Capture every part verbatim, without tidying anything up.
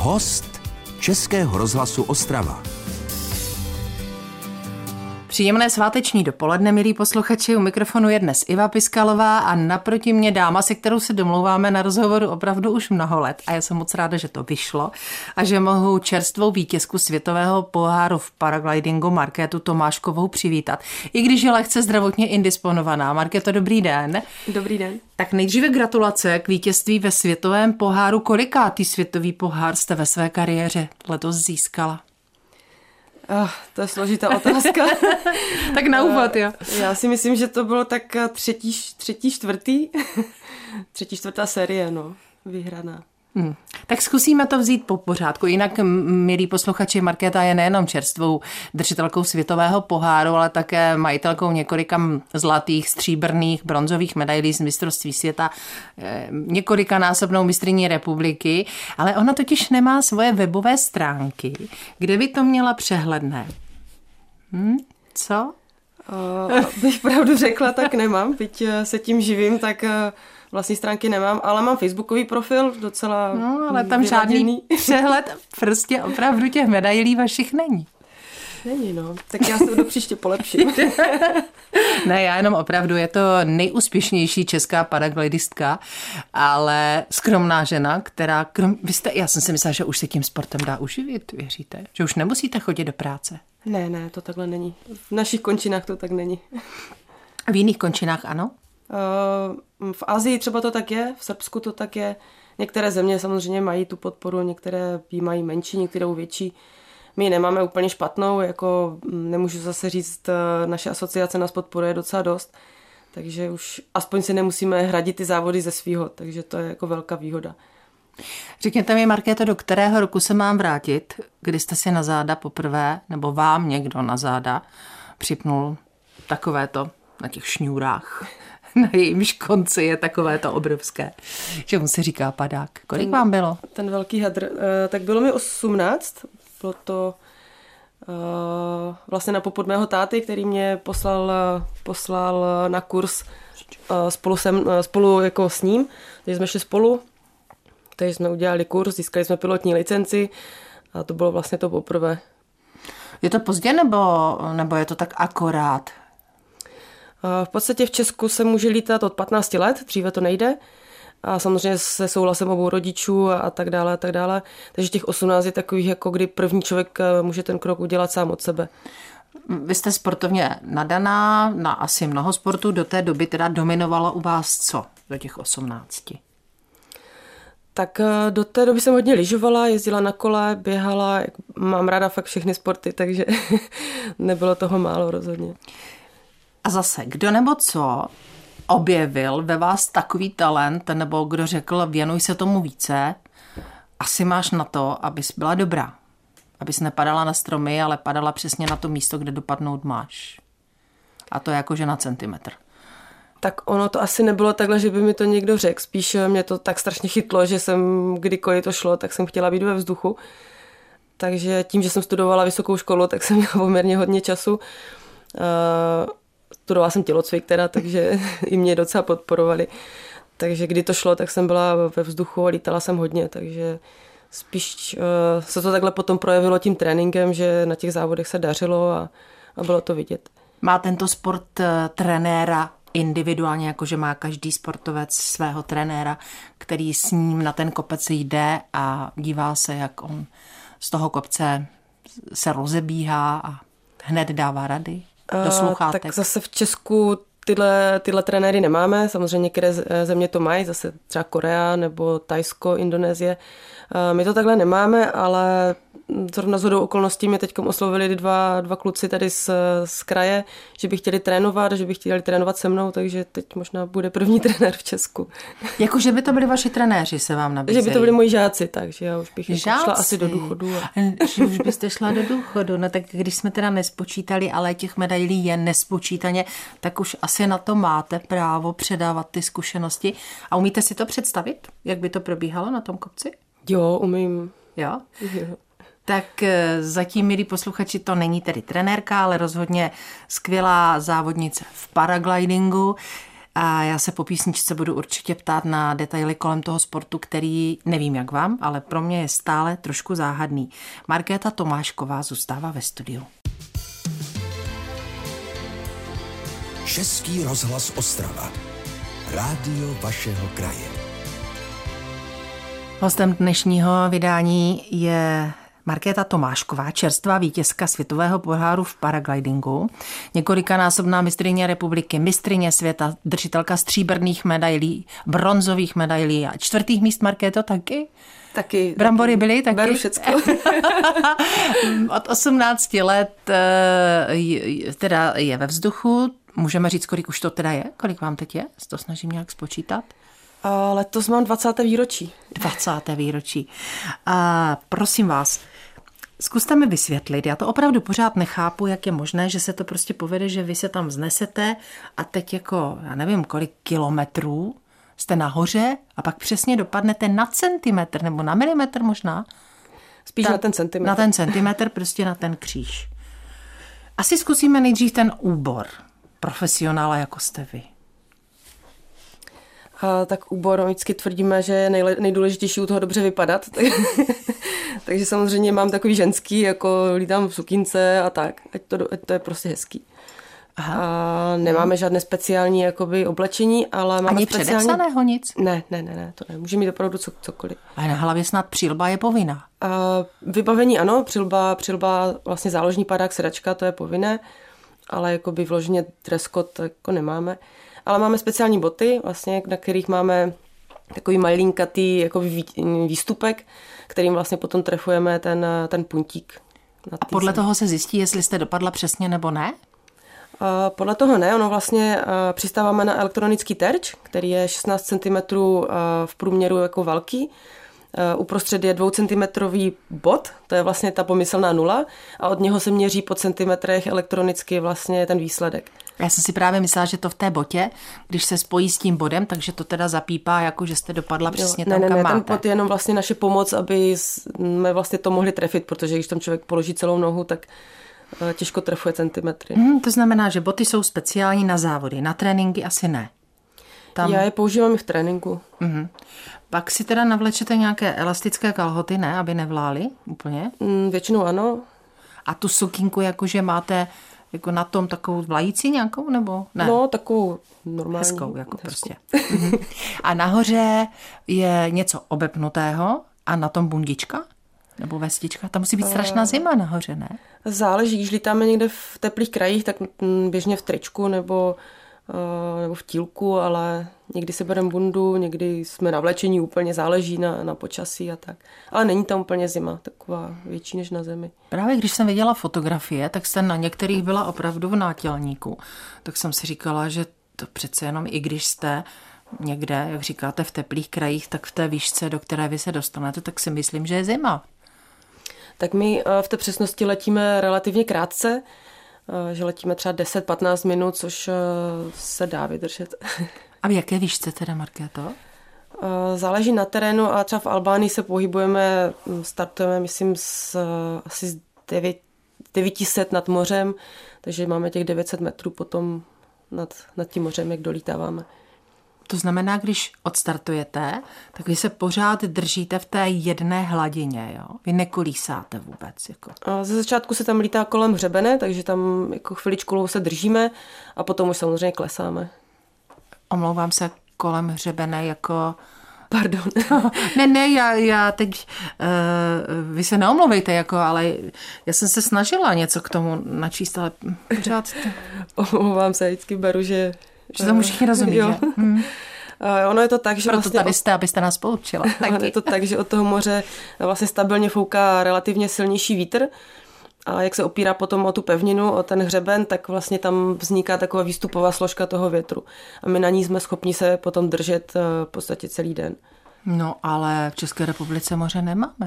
Host Českého rozhlasu Ostrava. Příjemné sváteční dopoledne, milí posluchači, u mikrofonu je dnes Iva Piskalová a naproti mě dáma, se kterou se domlouváme na rozhovoru opravdu už mnoho let a já jsem moc ráda, že to vyšlo a že mohu čerstvou vítězku světového poháru v paraglidingu Markétu Tomáškovou přivítat. I když je lehce zdravotně indisponovaná. Markéto, dobrý den. Dobrý den. Tak nejdříve gratulace k vítězství ve světovém poháru. Kolikátý světový pohár jste ve své kariéře letos získala? Oh, to je složitá otázka. Tak na úvod, jo. Já si myslím, že to bylo tak třetí, třetí čtvrtý. třetí, čtvrtá série, no, vyhraná. Hmm. Tak zkusíme to vzít po pořádku. Jinak, milí posluchači, Markéta je nejenom čerstvou držitelkou světového poháru, ale také majitelkou několika zlatých, stříbrných, bronzových medailí z mistrovství světa, několika násobnou mistryní republiky, ale ona totiž nemá svoje webové stránky, kde by to měla přehledné. Hm? Co? Uh, bych pravdu řekla, tak nemám. Byť se tím živím, tak vlastní stránky nemám, ale mám facebookový profil docela No, ale tam vyladěný. Žádný přehled prostě opravdu těch medailí vašich není. Není, no. Tak já se to do příště polepším. Ne, já jenom opravdu, je to nejúspěšnější česká paraglidistka, ale skromná žena, která, krom, vy jste, já jsem si myslela, že už se tím sportem dá uživit, věříte? Že už nemusíte chodit do práce? Ne, ne, to takhle není. V našich končinách to tak není. V jiných končinách ano? V Asii třeba to tak je, v Srbsku to tak je. Některé země samozřejmě mají tu podporu, některé ji mají menší, některou větší. My ji nemáme úplně špatnou, jako nemůžu zase říct, naše asociace nás podporuje docela dost, takže už aspoň si nemusíme hradit ty závody ze svýho, takže to je jako velká výhoda. Řekněte mi, Markéto, do kterého roku se mám vrátit, kdy jste si na záda poprvé, nebo vám někdo na záda připnul takovéto na těch šňůrách? Na jejímž konci je takovéto obrovské, že mu se říká padák. Kolik ten, vám bylo? Ten velký hadr, tak bylo mi osmnáct, bylo to uh, vlastně na popud mého táty, který mě poslal, poslal na kurz uh, spolu, sem, spolu jako s ním, takže jsme šli spolu, takže jsme udělali kurz, získali jsme pilotní licenci a to bylo vlastně to poprvé. Je to pozdě nebo, nebo je to tak akorát? V podstatě v Česku se může lítat od patnácti let, dříve to nejde. A samozřejmě se souhlasem obou rodičů a tak dále a tak dále. Takže těch osmnáct je takových, jako kdy první člověk může ten krok udělat sám od sebe. Vy jste sportovně nadaná na asi mnoho sportů. Do té doby teda dominovalo u vás co do těch osmnácti? Tak do té doby jsem hodně lyžovala, jezdila na kole, běhala. Mám ráda fakt všechny sporty, takže nebylo toho málo rozhodně. A zase, kdo nebo co objevil ve vás takový talent, nebo kdo řekl, věnuj se tomu více, asi máš na to, abys byla dobrá. Abys nepadala na stromy, ale padala přesně na to místo, kde dopadnout máš. A to je jakože na centimetr. Tak ono to asi nebylo takhle, že by mi to někdo řekl. Spíš mě to tak strašně chytlo, že jsem, kdykoliv to šlo, tak jsem chtěla být ve vzduchu. Takže tím, že jsem studovala vysokou školu, tak jsem měla poměrně hodně času. Uh, Studovala jsem tělocvik teda, takže i mě docela podporovali. Takže kdy to šlo, tak jsem byla ve vzduchu a lítala jsem hodně, takže spíš uh, se to takhle potom projevilo tím tréninkem, že na těch závodech se dařilo a, a bylo to vidět. Má tento sport uh, trenéra individuálně, jakože má každý sportovec svého trenéra, který s ním na ten kopec jde a dívá se, jak on z toho kopce se rozebíhá a hned dává rady? Do sluchátek. Tak zase v Česku tyhle, tyhle trenéry nemáme, samozřejmě některé země to mají, zase třeba Korea nebo Thajsko, Indonésie. My to takhle nemáme, ale zrovna shodou okolností mě teď oslovili dva, dva kluci tady z, z kraje, že by chtěli trénovat, že by chtěli trénovat se mnou, takže teď možná bude první trenér v Česku. Jako, že by to byli vaši trenéři, se vám nabízejí? Že by to byli moji žáci, takže já už bych jako šla asi do důchodu. A... Že už byste šla do důchodu, no tak když jsme teda nespočítali, ale těch medailí je nespočítaně, tak už asi na to máte právo předávat ty zkušenosti. A umíte si to představit, jak by to probíhalo na tom kopci? Jo, umím. Jo? Jo. Tak zatím, milí posluchači, to není tedy trenérka, ale rozhodně skvělá závodnice v paraglidingu. A já se po písničce budu určitě ptát na detaily kolem toho sportu, který nevím jak vám, ale pro mě je stále trošku záhadný. Markéta Tomášková zůstává ve studiu. Český rozhlas Ostrava. Rádio vašeho kraje. Hostem dnešního vydání je Markéta Tomášková, čerstvá vítězka světového poháru v paraglidingu, několikanásobná mistryně republiky, mistryně světa, držitelka stříbrných medailí, bronzových medailí a čtvrtých míst. Markéto taky? Taky. Brambory byly taky? Beru všecko. Od osmnácti let teda je ve vzduchu. Můžeme říct, kolik už to teda je? Kolik vám teď je? To snažím nějak spočítat. A letos mám dvacáté výročí. dvacáté výročí. A prosím vás, zkuste mi vysvětlit, já to opravdu pořád nechápu, jak je možné, že se to prostě povede, že vy se tam vznesete a teď jako, já nevím, kolik kilometrů jste nahoře a pak přesně dopadnete na centimetr nebo na milimetr možná. Spíš ta, na ten centimetr. Na ten centimetr, prostě na ten kříž. Asi zkusíme nejdřív ten úbor. Profesionála jako jste vy. A tak úbor, vždycky tvrdíme, že je nejle, nejdůležitější u toho dobře vypadat. Takže samozřejmě mám takový ženský, jako lítám v sukínce a tak, ať to, ať to je prostě hezký. Aha. A nemáme žádné speciální jakoby, oblečení, ale máme ani speciální... Ani předepsaného nic? Ne, ne, ne, ne, to ne. Může mít opravdu co, cokoliv. A na hlavě snad přilba je povinná. A vybavení ano, přilba, přilba vlastně záložní padák, sedačka, to je povinné, ale jakoby vloženě dress code jako nemáme. Ale máme speciální boty, vlastně, na kterých máme takový malinkatý jako výstupek, kterým vlastně potom trefujeme ten, ten puntík. A podle toho se zjistí, jestli jste dopadla přesně nebo ne? A podle toho ne, ono vlastně přistáváme na elektronický terč, který je šestnáct centimetrů v průměru jako velký. Uprostřed je dvoucentimetrový bod, to je vlastně ta pomyslná nula a od něho se měří po centimetrech elektronicky vlastně ten výsledek. Já jsem si právě myslela, že to v té botě, když se spojí s tím bodem, takže to teda zapípá, jako že jste dopadla přesně jo, tam, ne, kam ne, máte. Ten bod je jenom vlastně naše pomoc, aby jsme vlastně to mohli trefit, protože když tam člověk položí celou nohu, tak těžko trefuje centimetry. Hmm, to znamená, že boty jsou speciální na závody, na tréninky asi ne. Tam... Já je používám i v tréninku. Mm-hmm. Pak si teda navlečete nějaké elastické kalhoty, ne, aby nevlály úplně? Mm, většinou ano. A tu sukínku jakože máte jako na tom takovou vlající nějakou, nebo ne? No, takovou normální. Hezkou, jako hezkou. Prostě. Mm-hmm. A nahoře je něco obepnutého a na tom bundička? Nebo vestička? Tam musí být strašná zima nahoře, ne? Záleží, když lítáme někde v teplých krajích, tak běžně v tričku nebo, nebo v tílku, ale někdy si bereme bundu, někdy jsme na vlečení, úplně záleží na, na počasí a tak. Ale není tam úplně zima, taková větší než na zemi. Právě když jsem viděla fotografie, tak jste na některých byla opravdu v nátělníku. Tak jsem si říkala, že to přece jenom, i když jste někde, jak říkáte, v teplých krajích, tak v té výšce, do které vy se dostanete, tak si myslím, že je zima. Tak my v té přesnosti letíme relativně krátce, že letíme třeba deset patnáct minut, což se dá vydržet. A v jaké výšce teda, Markéto? Záleží na terénu a třeba v Albánii se pohybujeme, startujeme, myslím, s, asi z devět set nad mořem, takže máme těch devět set metrů potom nad, nad tím mořem, jak dolítáváme. To znamená, když odstartujete, tak vy se pořád držíte v té jedné hladině, jo? Vy nekolísáte vůbec. Jako. A ze začátku se tam lítá kolem hřebene, takže tam jako chviličku se držíme a potom už samozřejmě klesáme. Omlouvám se, kolem hřebene jako... Pardon. ne, ne, já, já teď... Uh, vy se neomlouvejte, jako, ale já jsem se snažila něco k tomu načíst, ale pořád... To... Omlouvám se, vždycky beru, že... Že tomu všichni rozumí, že? Hmm. Ono je to tak, že Proto vlastně... tady jste, abyste nás poučila. Ono je to tak, že od toho moře vlastně stabilně fouká relativně silnější vítr a jak se opírá potom o tu pevninu, o ten hřeben, tak vlastně tam vzniká taková výstupová složka toho větru. A my na ní jsme schopni se potom držet v podstatě celý den. No, ale v České republice moře nemáme.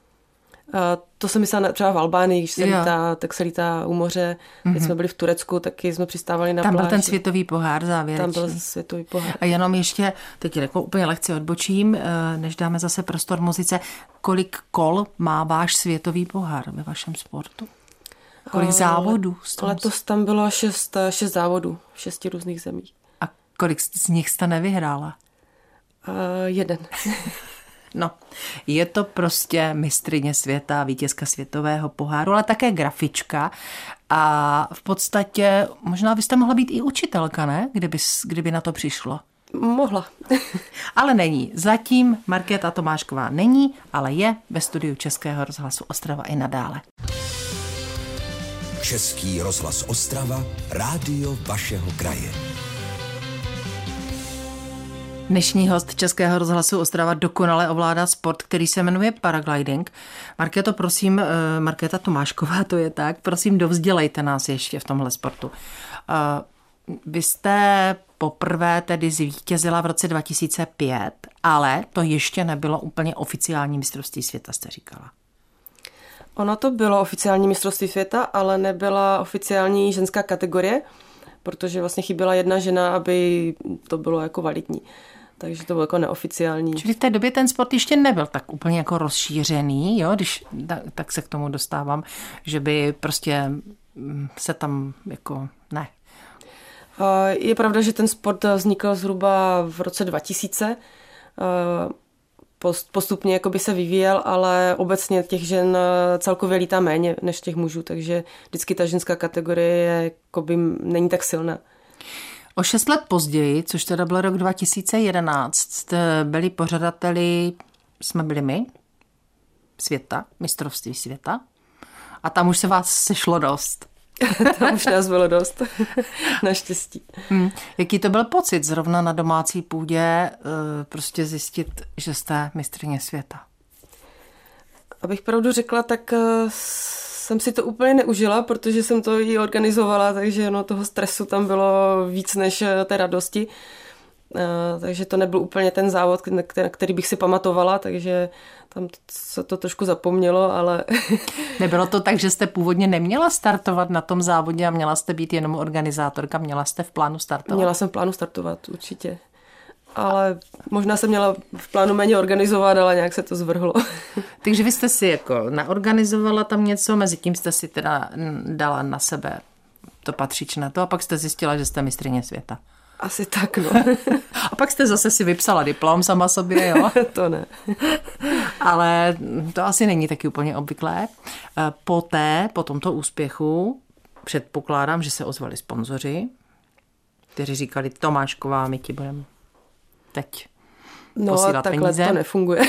A to jsem myslela třeba v Albánii, když se lítá, tak se lítá u moře. Když mm-hmm. jsme byli v Turecku, taky jsme přistávali na Tam pláži. byl ten světový pohár závěrečný. Tam byl světový pohár. A jenom ještě, teď jako úplně lehce odbočím, než dáme zase prostor muzice, kolik kol má váš světový pohár ve vašem sportu? Kolik závodů? Letos tam bylo šest, šest závodů v šesti různých zemích. A Kolik z nich jste nevyhrála? Uh, jeden. No, je to prostě mistryně světa, vítězka světového poháru, ale také grafička a v podstatě možná byste mohla být i učitelka, ne? Kdyby, kdyby na to přišlo. Mohla. Ale není. Zatím Markéta Tomášková není, ale je ve studiu Českého rozhlasu Ostrava i nadále. Český rozhlas Ostrava, rádio vašeho kraje. Dnešní host Českého rozhlasu Ostrava dokonale ovládá sport, který se jmenuje paragliding. Markéto, prosím, Markéta Tomášková, to je tak, prosím, dovzdělejte nás ještě v tomhle sportu. Vy jste poprvé tedy zvítězila v roce dva tisíce pět, ale to ještě nebylo úplně oficiální mistrovství světa, jste říkala. Ono to bylo oficiální mistrovství světa, ale nebyla oficiální ženská kategorie, protože vlastně chyběla jedna žena, aby to bylo jako validní. Takže to bylo jako neoficiální. Čili v té době ten sport ještě nebyl tak úplně jako rozšířený, jo? Když tak se k tomu dostávám, že by prostě se tam jako ne. Je pravda, že ten sport vznikl zhruba v roce dva tisíce. Postupně jako by se vyvíjel, ale obecně těch žen celkově lítá méně než těch mužů, takže vždycky ta ženská kategorie je, jako by není tak silná. O šest let později, což teda byl rok dva tisíce jedenáct, jste byli pořadateli, jsme byli my, světa, mistrovství světa, a tam už se vás sešlo dost. Tam už nás bylo dost, naštěstí. Hmm. Jaký to byl pocit zrovna na domácí půdě prostě zjistit, že jste mistryně světa? Abych pravdu řekla, tak jsem si to úplně neužila, protože jsem to i organizovala, takže no, toho stresu tam bylo víc než té radosti. Takže to nebyl úplně ten závod, který bych si pamatovala, takže tam se to trošku zapomnělo, ale... Nebylo to tak, že jste původně neměla startovat na tom závodě a měla jste být jenom organizátorka, měla jste v plánu startovat? Měla jsem v plánu startovat, určitě. Ale možná jsem měla v plánu méně organizovat, ale nějak se to zvrhlo. Takže vy jste si jako naorganizovala tam něco, mezi tím jste si teda dala na sebe to patřičné to a pak jste zjistila, že jste mistryně světa. Asi tak, no. A pak jste zase si vypsala diplom sama sobě, jo? To ne. Ale to asi není taky úplně obvyklé. Poté, po tomto úspěchu, předpokládám, že se ozvali sponzoři, kteří říkali, Tomášková, my ti budeme teď no, posílat takhle peníze. No, to nefunguje.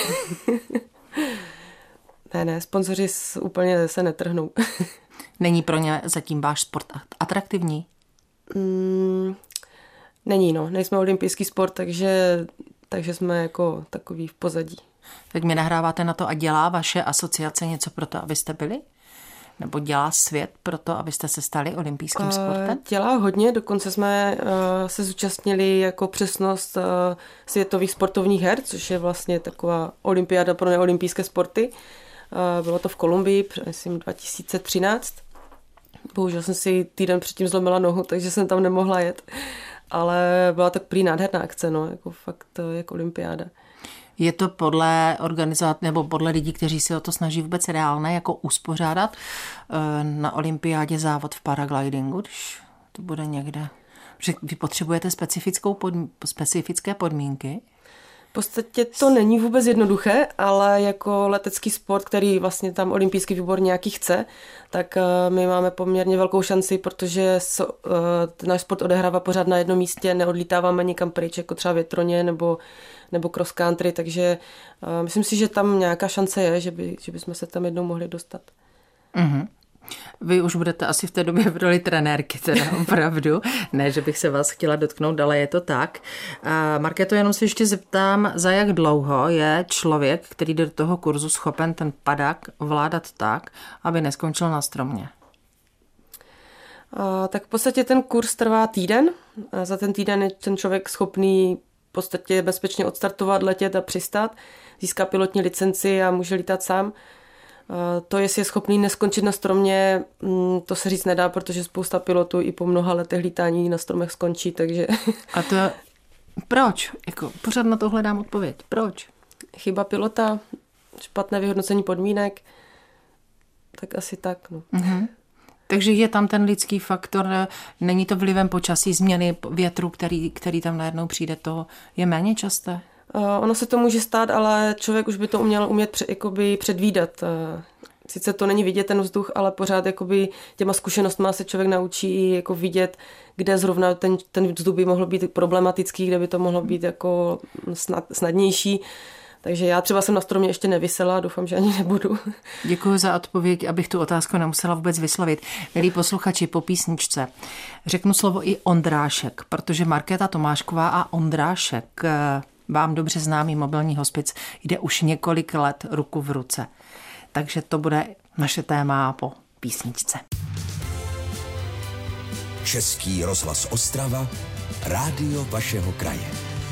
ne, ne, sponzoři úplně se netrhnou. Není pro ně zatím váš sport atraktivní? Mm, není, no. Nejsme olympijský sport, takže, takže jsme jako takový v pozadí. Teď mi nahráváte na to a dělá vaše asociace něco pro to, abyste byli? Nebo dělá svět pro to, abyste se stali olympijským sportem? Dělá hodně, dokonce jsme uh, se zúčastnili jako přesnost uh, světových sportovních her, což je vlastně taková olympiáda pro neolympijské sporty. Uh, bylo to v Kolumbii, myslím dva tisíce třináct. Bohužel jsem si týden předtím zlomila nohu, takže jsem tam nemohla jet. Ale byla to prý nádherná akce, no, jako fakt jako olympiáda. Je to podle organizát nebo podle lidí, kteří se o to snaží vůbec reálné, jako uspořádat na olympiádě závod v paraglidingu, když to bude někde? Protože vy potřebujete specifickou pod, specifické podmínky? V podstatě to není vůbec jednoduché, ale jako letecký sport, který vlastně tam olympijský výbor nějaký chce, tak my máme poměrně velkou šanci, protože ten náš sport odehrává pořád na jednom místě, neodlítáváme nikam pryč, jako třeba větroně nebo, nebo cross country, takže myslím si, že tam nějaká šance je, že, by, že bychom se tam jednou mohli dostat. Mm-hmm. Vy už budete asi v té době v roli trenérky, teda opravdu. Ne, že bych se vás chtěla dotknout, ale je to tak. Markéto, jenom se ještě zeptám, za jak dlouho je člověk, který jde do toho kurzu, schopen ten padák ovládat tak, aby neskončil na stromě? A, tak v podstatě ten kurz trvá týden. A za ten týden je ten člověk schopný v podstatě bezpečně odstartovat, letět a přistát. Získá pilotní licenci a může lítat sám. To, jestli je schopný neskončit na stromě, to se říct nedá, protože spousta pilotů i po mnoha letech lítání na stromech skončí, takže... A to proč? Jako, pořád na to hledám odpověď. Proč? Chyba pilota, špatné vyhodnocení podmínek, tak asi tak. No. Mm-hmm. Takže je tam ten lidský faktor, není to vlivem počasí, změny větru, který, který tam najednou přijde, to je méně časté? Ono se to může stát, ale člověk už by to uměl umět před, jakoby předvídat. Sice to není vidět ten vzduch, ale pořád jakoby těma zkušenostma se člověk naučí jako vidět, kde zrovna ten, ten vzduch by mohl být problematický, kde by to mohlo být jako snad, snadnější. Takže já třeba jsem na stromě ještě nevysela, doufám, že ani nebudu. Děkuji za odpověď, abych tu otázku nemusela vůbec vyslovit. Milí posluchači, po písničce řeknu slovo i Ondrášek, protože Markéta Tomášková a Ondrášek, vám dobře známý mobilní hospic, jde už několik let ruku v ruce. Takže to bude naše téma po písničce. Český rozhlas Ostrava, rádio vašeho kraje.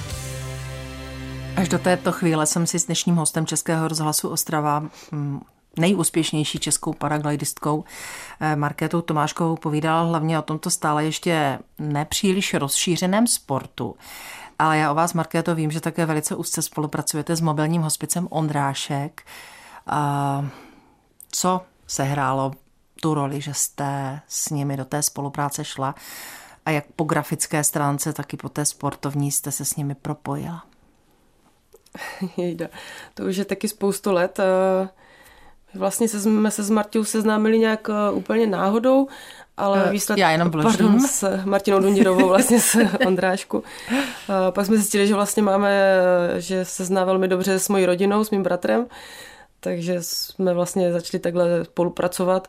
Až do této chvíle jsem si s dnešním hostem Českého rozhlasu Ostrava, nejúspěšnější českou paraglidistkou Markétou Tomáškovou, povídala hlavně o tomto stále ještě nepříliš rozšířeném sportu. Ale já o vás, Markéto, vím, že také velice úzce spolupracujete s mobilním hospicem Ondrášek. A co sehrálo tu roli, že jste s nimi do té spolupráce šla a jak po grafické stránce, tak i po té sportovní jste se s nimi propojila? Jejda, to už je taky spoustu let. Vlastně jsme se s Martou seznámili nějak úplně náhodou, ale výsledek... Já jenom vložím. Pardon, s Martinou Dundirovou, vlastně z Ondrášku. Pak jsme zjistili, že vlastně máme, že se zná velmi dobře s mojí rodinou, s mým bratrem, takže jsme vlastně začali takhle spolupracovat.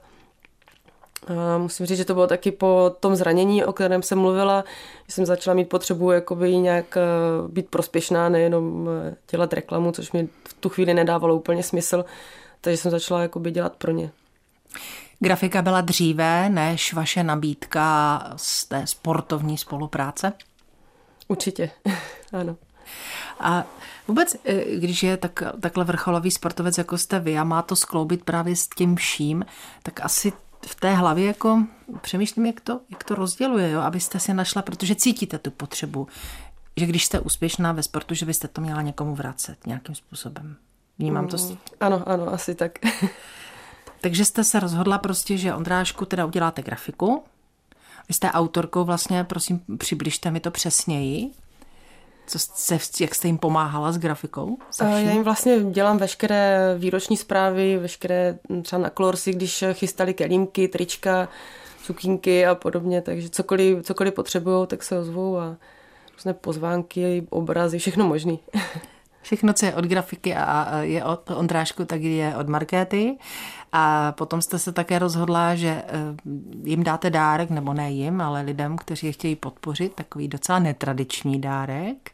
A musím říct, že to bylo taky po tom zranění, o kterém jsem mluvila, že jsem začala mít potřebu jakoby nějak být prospěšná, nejenom dělat reklamu, což mi v tu chvíli nedávalo úplně smysl, takže jsem začala jakoby dělat pro ně. Grafika byla dříve než vaše nabídka z té sportovní spolupráce? Určitě, ano. A vůbec, když je tak, takhle vrcholový sportovec, jako jste vy, a má to skloubit právě s tím vším, tak asi v té hlavě jako přemýšlím, jak to, jak to rozděluje, jo, abyste si našla, protože cítíte tu potřebu, že když jste úspěšná ve sportu, že byste to měla někomu vracet nějakým způsobem. Vnímám to? Mm, ano, ano, asi tak. Takže jste se rozhodla prostě, že Ondrášku teda uděláte grafiku. Vy jste autorkou vlastně, prosím, přibližte mi to přesněji. Co jste, jak jste jim pomáhala s grafikou? Já jim vlastně dělám veškeré výroční zprávy, veškeré třeba na Klorsy, když chystali kelímky, trička, cukínky a podobně, takže cokoliv, cokoliv potřebujou, tak se ozvou a různé pozvánky, obrazy, všechno možný. Všechno, co je od grafiky a je od Ondrášku, tak je od Markéty. A potom jste se také rozhodla, že jim dáte dárek, nebo ne jim, ale lidem, kteří je chtějí podpořit, takový docela netradiční dárek.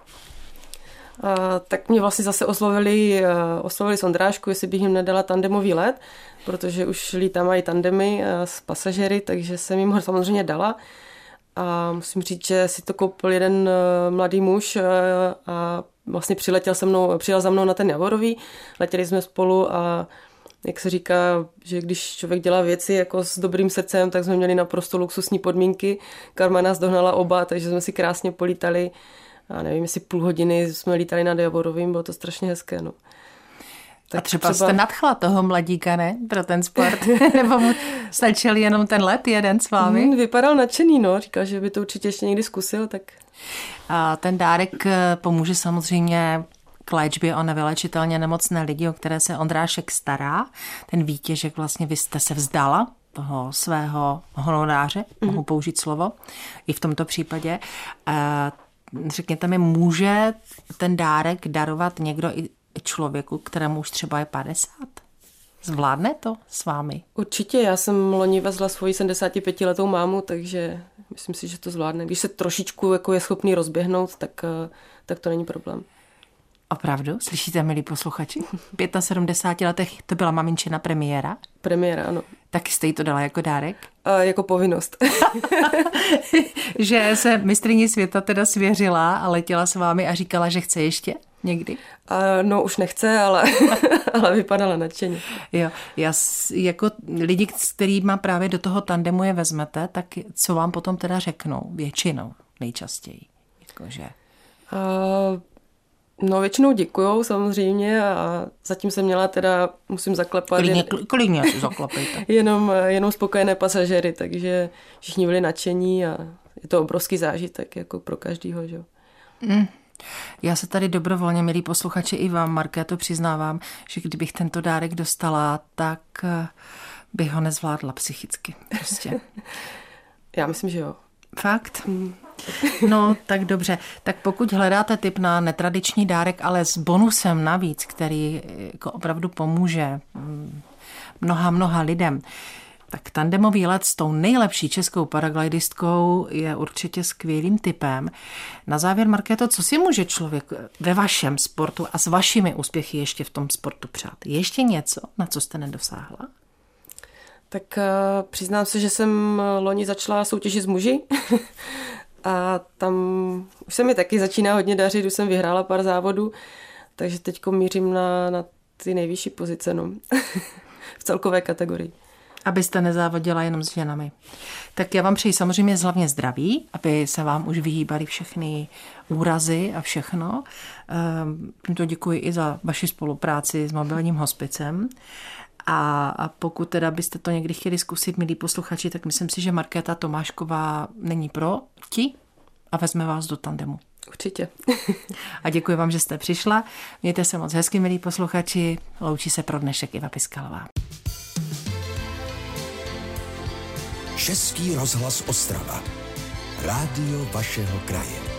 A, tak mě vlastně zase oslovili, oslovili z Ondrášku, jestli bych jim nedala tandemový let, protože už lítám i tandemy s pasažery, takže jsem jim ho samozřejmě dala. A musím říct, že si to koupil jeden mladý muž a vlastně přiletěl se mnou, přijel za mnou na ten Javorový, letěli jsme spolu a jak se říká, že když člověk dělá věci jako s dobrým srdcem, tak jsme měli naprosto luxusní podmínky. Karma nás dohnala oba, takže jsme si krásně polítali. A nevím, jestli půl hodiny jsme lítali nad Javorovým, bylo to strašně hezké. No. Tak a třeba, třeba jste nadchla toho mladíka, ne? Pro ten sport. Nebo mu stačil jenom ten let jeden s vámi? Hmm, vypadal nadšený, no. Říkal, že by to určitě ještě někdy zkusil, tak... A ten dárek pomůže samozřejmě k léčbě o nevylečitelně nemocné lidi, o které se Ondrášek stará. Ten výtěžek, vlastně vy jste se vzdala toho svého honoráře, mm. mohu použít slovo, i v tomto případě. Řekněte mi, může ten dárek darovat někdo i člověku, kterému už třeba je padesát? Zvládne to s vámi? Určitě, já jsem loni vezla svoji sedmdesátipětiletou mámu, takže myslím si, že to zvládne. Když se trošičku jako je schopný rozběhnout, tak, tak to není problém. Opravdu? Slyšíte, milí posluchači? V sedmdesáti pěti letech to byla maminčina premiéra? Premiéra, ano. Taky jste jí to dala jako dárek? A jako povinnost. Že se mistryni světa teda svěřila a letěla s vámi a říkala, že chce ještě někdy? A no, už nechce, ale, ale vypadala nadšeně. Jo, já jako lidi, s kterýma právě do toho tandemu je vezmete, tak co vám potom teda řeknou? Většinou, nejčastěji. Jakože... A... No většinou děkujou samozřejmě a zatím jsem měla teda, musím zaklepat. Klidně, klidně si zaklepejte. jenom, jenom spokojené pasažéry, takže všichni byli nadšení a je to obrovský zážitek jako pro každýho, že? Mm. Já se tady dobrovolně, milí posluchači, i vám, Markéto, přiznávám, že kdybych tento dárek dostala, tak bych ho nezvládla psychicky. Prostě. Já myslím, že jo. Fakt? Mm. No, tak dobře. Tak pokud hledáte tip na netradiční dárek, ale s bonusem navíc, který jako opravdu pomůže mnoha, mnoha lidem, tak tandemový let s tou nejlepší českou paraglidistkou je určitě skvělým tipem. Na závěr, Markéto, co si může člověk ve vašem sportu a s vašimi úspěchy ještě v tom sportu přát? Ještě něco, na co jste nedosáhla? Tak uh, přiznám se, že jsem loni začala soutěžit s muži a tam už se mi taky začíná hodně dařit, už jsem vyhrála pár závodů, takže teďko mířím na, na ty nejvyšší pozice, no. V celkové kategorii. Abyste nezávodila jenom s ženami. Tak já vám přeji samozřejmě hlavně zdraví, aby se vám už vyhýbaly všechny úrazy a všechno. Tímto děkuji i za vaši spolupráci s mobilním hospicem. A, a pokud teda byste to někdy chtěli zkusit, milí posluchači, tak myslím si, že Markéta Tomášková není proti a vezme vás do tandemu. Určitě. A děkuji vám, že jste přišla. Mějte se moc hezky, milí posluchači. Loučí se pro dnešek Iva Piskalová. Český rozhlas Ostrava. Rádio vašeho kraje.